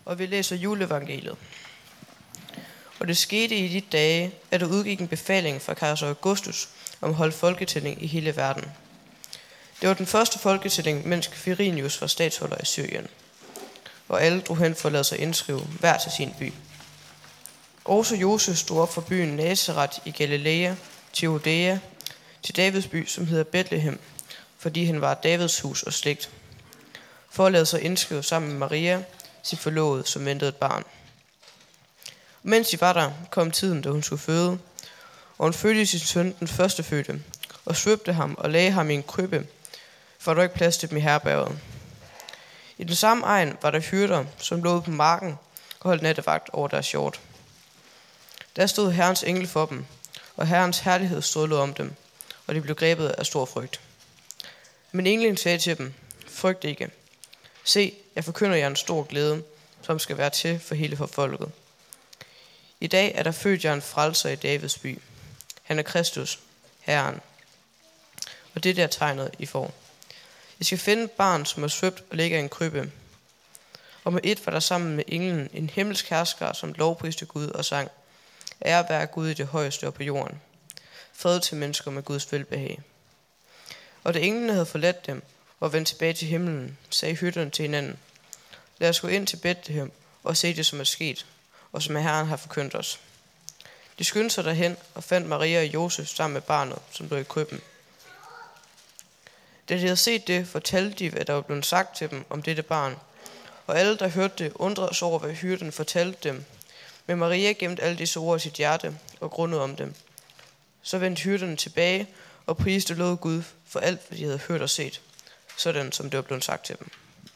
Og vi læser juleevangeliet. Og det skete i de dage, at der udgik en befaling fra kejser Augustus om at holde folketælling i hele verden. Det var den første folketælling, mens Quirinius var statsholder i Syrien. Og alle drog hen for at lade sig indskrive, hver til sin by. Også Josef stod op fra byen Nazaret i Galilea til Judæa, til Davids by, som hedder Bethlehem, fordi han var Davids hus og slægt, for at lade sig indskrive sammen med Maria, sin forlovede, som ventede et barn. Mens de var der, kom tiden, da hun skulle føde, og hun fødte sin søn, den førstefødte, og svøbte ham og lagde ham i en krybbe, for der var ikke plads til dem i herberget. I den samme egen var der hyrder, som lå på marken og holdt nattevagt over deres hjort. Der stod Herrens engel for dem, og Herrens herlighed strålede om dem, og de blev grebet af stor frygt. Men englen sagde til dem, frygt ikke. Se, jeg forkynder jer en stor glæde, som skal være til for hele folket. I dag er der født jer en frelser i Davids by. Han er Kristus, Herren. Og det der tegnet, I får. I skal finde et barn, som er svøbt og ligger i en krybbe. Og med et var der sammen med englen en himmelsk hersker, som lovpriste Gud og sang. Ære være Gud i det højeste og på jorden. Fred til mennesker med Guds velbehag. Og da englene havde forladt dem og vendt tilbage til himlen, sagde hyrderne til hinanden, lad os gå ind til Bethlehem og se det, som er sket, og som Herren har forkyndt os. De skyndte sig derhen og fandt Maria og Josef sammen med barnet, som lå i krybben. Da de havde set det, fortalte de, hvad der var blevet sagt til dem om dette barn. Og alle, der hørte det, undrede sig over, hvad hyrden fortalte dem. Men Maria gemte alle disse ord i sit hjerte og grundede om dem. Så vendte hyrderne tilbage og priste og lovede Gud for alt, hvad de havde hørt og set, sådan som det var blevet sagt til dem.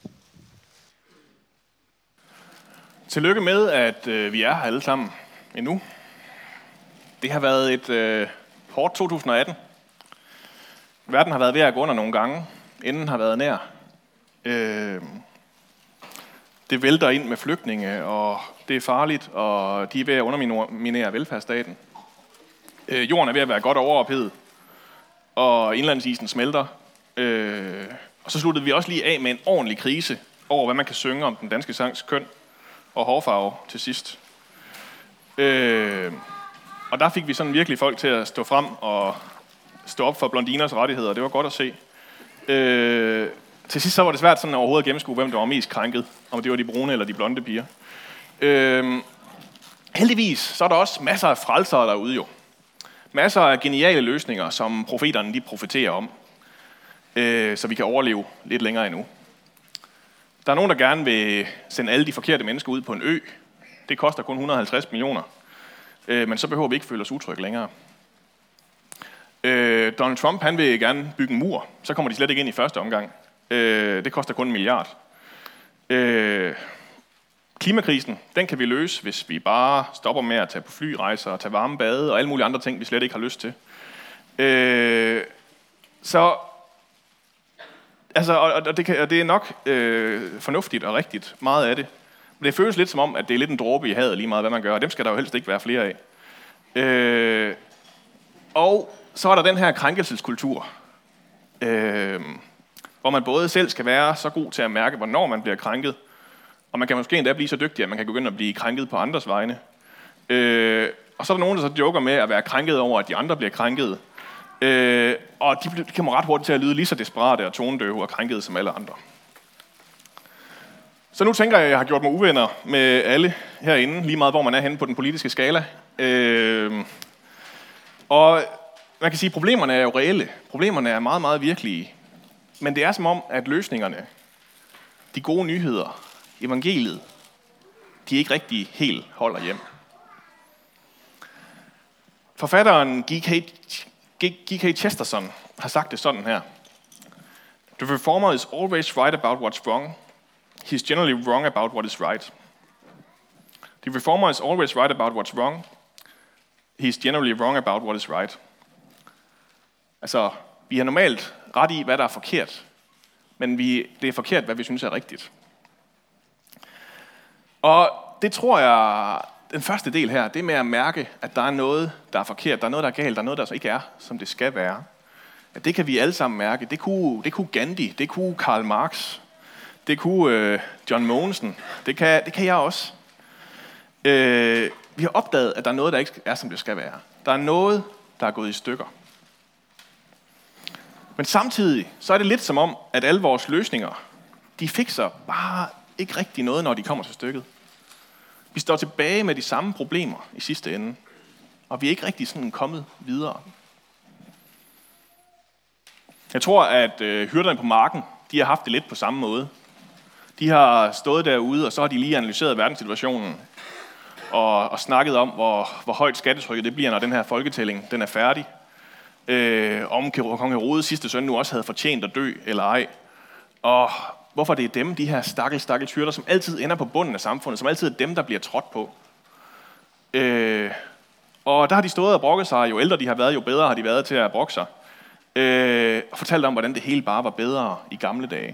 Tillykke med, at vi er her alle sammen endnu. Det har været et hårdt 2018. Verden har været ved at gå under nogle gange. Enden har været nær. Det vælter ind med flygtninge, og det er farligt, og de er ved at underminere velfærdsstaten. Jorden er ved at være godt overophedet, og indlandsisen smelter. Og så sluttede vi også lige af med en ordentlig krise over, hvad man kan synge om den danske sangs køn og hårfarve til sidst. Og der fik vi sådan virkelig folk til at stå frem og stå op for blondiners rettigheder. Det var godt at se. Til sidst så var det svært sådan overhovedet at gennemskue, hvem der var mest krænket. Om det var de brune eller de blonde piger. Heldigvis så er der også masser af frelsere derude jo. Masser af geniale løsninger, som profeterne de profeterer om. Så vi kan overleve lidt længere endnu. Der er nogen, der gerne vil sende alle de forkerte mennesker ud på en ø. Det koster kun 150 millioner. Men så behøver vi ikke føle os utrygge længere. Donald Trump han vil gerne bygge en mur. Så kommer de slet ikke ind i første omgang. Det koster kun 1 milliard. Klimakrisen, den kan vi løse, hvis vi bare stopper med at tage på flyrejser og tage varme bade og alle mulige andre ting, vi slet ikke har lyst til. Og det er nok fornuftigt og rigtigt, meget af det. Men det føles lidt som om, at det er lidt en dråbe i havet lige meget, hvad man gør, og dem skal der jo helst ikke være flere af. Og så er der den her krænkelseskultur, hvor man både selv skal være så god til at mærke, hvornår man bliver krænket, og man kan måske endda blive så dygtig, at man kan begynde at blive krænket på andres vegne. Og så er der nogen, der så joker med at være krænket over, at de andre bliver krænket. Og de kommer ret hurtigt til at lyde lige så desperate og tonedøve og krænkede som alle andre. Så nu tænker jeg, at jeg har gjort mig uvenner med alle herinde, lige meget hvor man er henne på den politiske skala. Og man kan sige, at problemerne er jo reelle. Problemerne er meget, meget virkelige. Men det er som om, at løsningerne, de gode nyheder, evangeliet, de ikke rigtig helt holder hjem. Forfatteren G.K. Chesterton har sagt det sådan her. The reformer is always right about what's wrong. He is generally wrong about what is right. The reformer is always right about what's wrong. He is generally wrong about what is right. Altså, vi har normalt ret i, hvad der er forkert, men det er forkert, hvad vi synes er rigtigt. Og det tror jeg, den første del her, det med at mærke, at der er noget, der er forkert, der er noget, der er galt, der er noget, der så ikke er, som det skal være. At det kan vi alle sammen mærke. Det kunne Gandhi, det kunne Karl Marx, Det kunne John Mogensen. Det kan jeg også. Vi har opdaget, at der er noget, der ikke er, som det skal være. Der er noget, der er gået i stykker. Men samtidig, så er det lidt som om, at alle vores løsninger, de fikser bare ikke rigtig noget, når de kommer til stykket. Vi står tilbage med de samme problemer i sidste ende, og vi er ikke rigtig sådan kommet videre. Jeg tror, at hyrderne på marken, de har haft det lidt på samme måde. De har stået derude, og så har de lige analyseret verdenssituationen og snakket om, hvor højt skattetrykket det bliver, når den her folketælling den er færdig. Om kong Herodes sidste søn nu også havde fortjent at dø eller ej. Og hvorfor det er dem, de her stakkels hyrder, som altid ender på bunden af samfundet, som altid er dem, der bliver trådt på. Og der har de stået og brokket sig. Jo ældre de har været, jo bedre har de været til at brokke sig. Og fortalt om, hvordan det hele bare var bedre i gamle dage.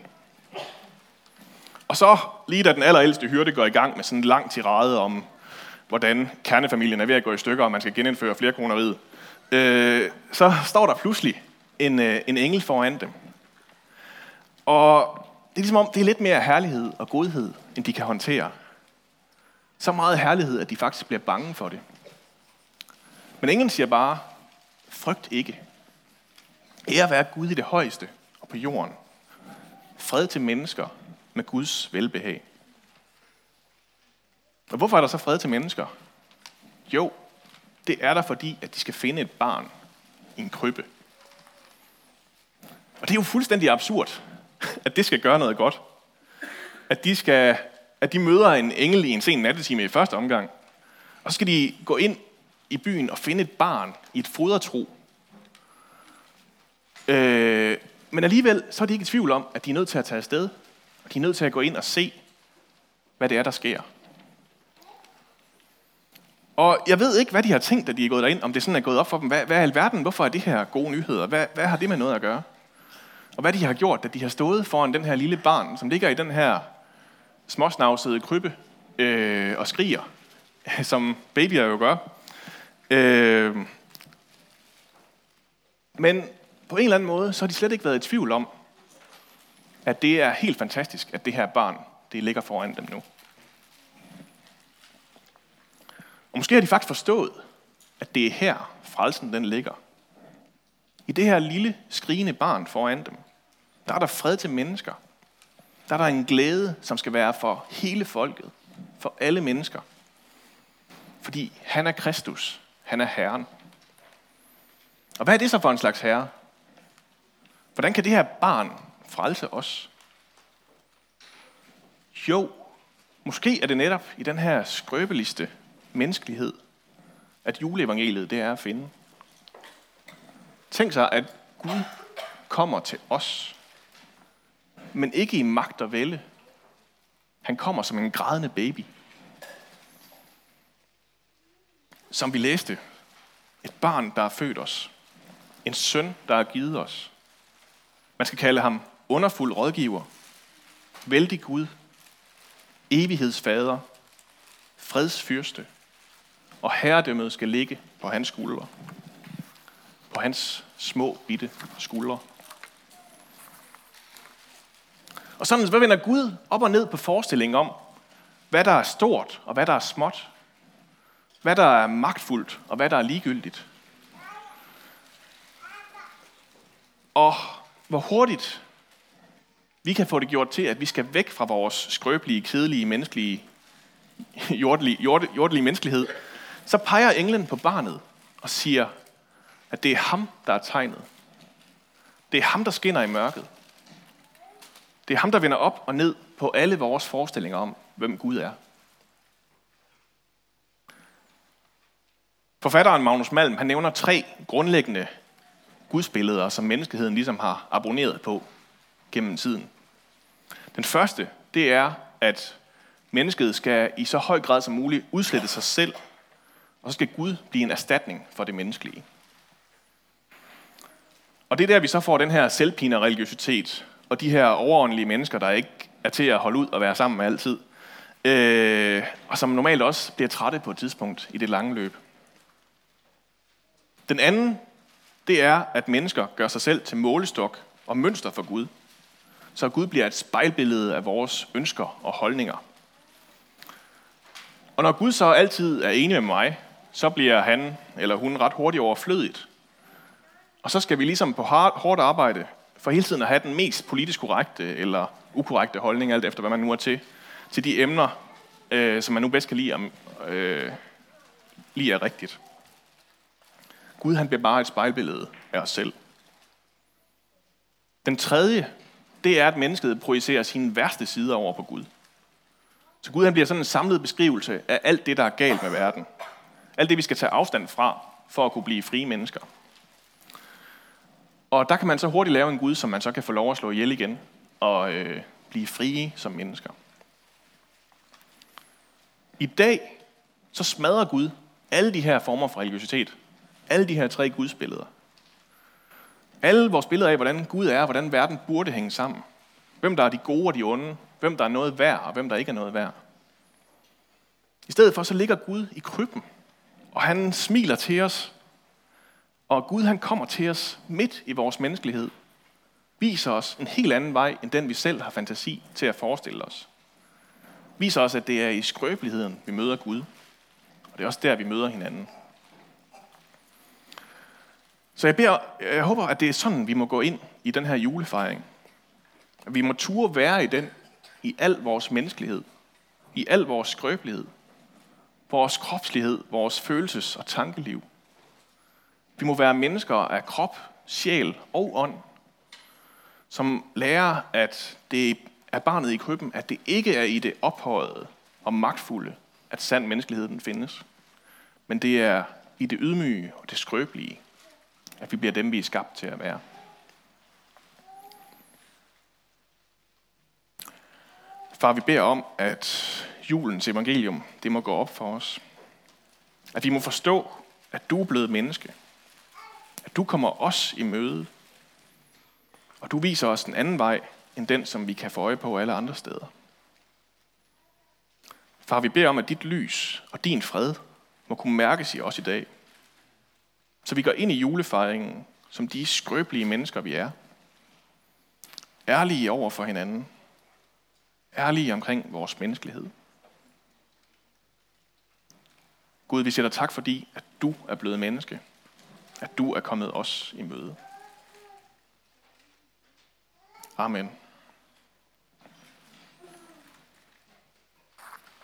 Og så, lige da den allerældste hyrde går i gang med sådan en lang tirade om, hvordan kernefamilien er ved at gå i stykker, og man skal genindføre flerkoneriet, så står der pludselig en engel foran dem. Og det er ligesom om, det er lidt mere herlighed og godhed, end de kan håndtere. Så meget herlighed, at de faktisk bliver bange for det. Men englen siger bare, frygt ikke. Ære være Gud i det højeste og på jorden. Fred til mennesker med Guds velbehag. Og hvorfor er der så fred til mennesker? Jo, det er der fordi, at de skal finde et barn i en krybbe. Og det er jo fuldstændig absurd, at det skal gøre noget godt. At de møder en engel i en sen nattetime i første omgang. Og så skal de gå ind i byen og finde et barn i et fodertro. Men alligevel så er de ikke i tvivl om, at de er nødt til at tage afsted. Og de er nødt til at gå ind og se, hvad det er, der sker. Og jeg ved ikke, hvad de har tænkt, da de er gået derind, om det sådan er gået op for dem. Hvad er alverden? Hvorfor er det her gode nyheder? Hvad har det med noget at gøre? Og hvad de har gjort, da de har stået foran den her lille barn, som ligger i den her småsnavsede krybbe og skriger, som babyer jo gør. Men på en eller anden måde, så har de slet ikke været i tvivl om, at det er helt fantastisk, at det her barn, det ligger foran dem nu. Og måske har de faktisk forstået, at det er her, frelsen den ligger. I det her lille, skrigende barn foran dem, der er der fred til mennesker. Der er der en glæde, som skal være for hele folket, for alle mennesker. Fordi han er Kristus, han er Herren. Og hvad er det så for en slags herre? Hvordan kan det her barn frelse os? Jo, måske er det netop i den her skrøbeligste menneskelighed, at juleevangeliet det er at finde. Tænk sig, at Gud kommer til os, men ikke i magt og vælde. Han kommer som en grædende baby. Som vi læste, et barn, der er født os. En søn, der er givet os. Man skal kalde ham underfuld rådgiver, vældig Gud, evighedsfader, fredsfyrste, og herredømmet skal ligge på hans skuldre. På hans små, bitte skuldre. Og sådan så vender Gud op og ned på forestillingen om, hvad der er stort og hvad der er småt. Hvad der er magtfuldt og hvad der er ligegyldigt. Og hvor hurtigt vi kan få det gjort til, at vi skal væk fra vores skrøbelige, kedelige, menneskelige, jordelige menneskelighed, så peger englen på barnet og siger, at det er ham, der er tegnet. Det er ham, der skinner i mørket. Det er ham, der vender op og ned på alle vores forestillinger om, hvem Gud er. Forfatteren Magnus Malm, han nævner 3 grundlæggende gudsbilleder, som menneskeheden ligesom har abonneret på gennem tiden. Den første, det er, at mennesket skal i så høj grad som muligt udslette sig selv, og så skal Gud blive en erstatning for det menneskelige. Og det er der, vi så får den her selvpine religiøsitet, og de her overåndelige mennesker, der ikke er til at holde ud og være sammen med altid, og som normalt også bliver trætte på et tidspunkt i det lange løb. Den anden, det er, at mennesker gør sig selv til målestok og mønster for Gud. så Gud bliver et spejlbillede af vores ønsker og holdninger. Og når Gud så altid er enig med mig, så bliver han eller hun ret hurtigt overflødigt. Og så skal vi ligesom på hårdt arbejde for hele tiden at have den mest politisk korrekte eller ukorrekte holdning, alt efter hvad man nu er til de emner, som man nu bedst kan lide er rigtigt. Gud han bliver bare et spejlbillede af os selv. Den tredje, det er, at mennesket projicerer sine værste sider over på Gud. Så Gud han bliver sådan en samlet beskrivelse af alt det, der er galt med verden. Alt det, vi skal tage afstand fra, for at kunne blive frie mennesker. Og der kan man så hurtigt lave en Gud, som man så kan få lov at slå ihjel igen, og blive frie som mennesker. I dag, så smadrer Gud alle de her former for religiøsitet. Alle de her 3 gudsbilleder. Alle vores billeder af, hvordan Gud er, og hvordan verden burde hænge sammen. Hvem der er de gode og de onde. Hvem der er noget værd, og hvem der ikke er noget værd. I stedet for, så ligger Gud i krybben. Og han smiler til os. Og Gud han kommer til os midt i vores menneskelighed. Viser os en helt anden vej, end den vi selv har fantasi til at forestille os. Viser os, at det er i skrøbeligheden, vi møder Gud. Og det er også der, vi møder hinanden. Så jeg håber, at det er sådan, vi må gå ind i den her julefejring. At vi må turde være i den, i al vores menneskelighed, i al vores skrøbelighed, vores kropslighed, vores følelses- og tankeliv. Vi må være mennesker af krop, sjæl og ånd, som lærer, at det er barnet i krybben, at det ikke er i det ophøjede og magtfulde, at sand menneskelighed den findes, men det er i det ydmyge og det skrøbelige, at vi bliver dem, vi er skabt til at være. Far, vi beder om, at julens evangelium, det må gå op for os. At vi må forstå, at du er blevet menneske. At du kommer os i møde. Og du viser os en anden vej, end den, som vi kan få øje på alle andre steder. Far, vi beder om, at dit lys og din fred må kunne mærkes i os i dag. Så vi går ind i julefejringen, som de skrøbelige mennesker, vi er. Ærlige over for hinanden. Ærlige omkring vores menneskelighed. Gud, vi siger dig tak, fordi at du er blevet menneske. At du er kommet os i møde. Amen.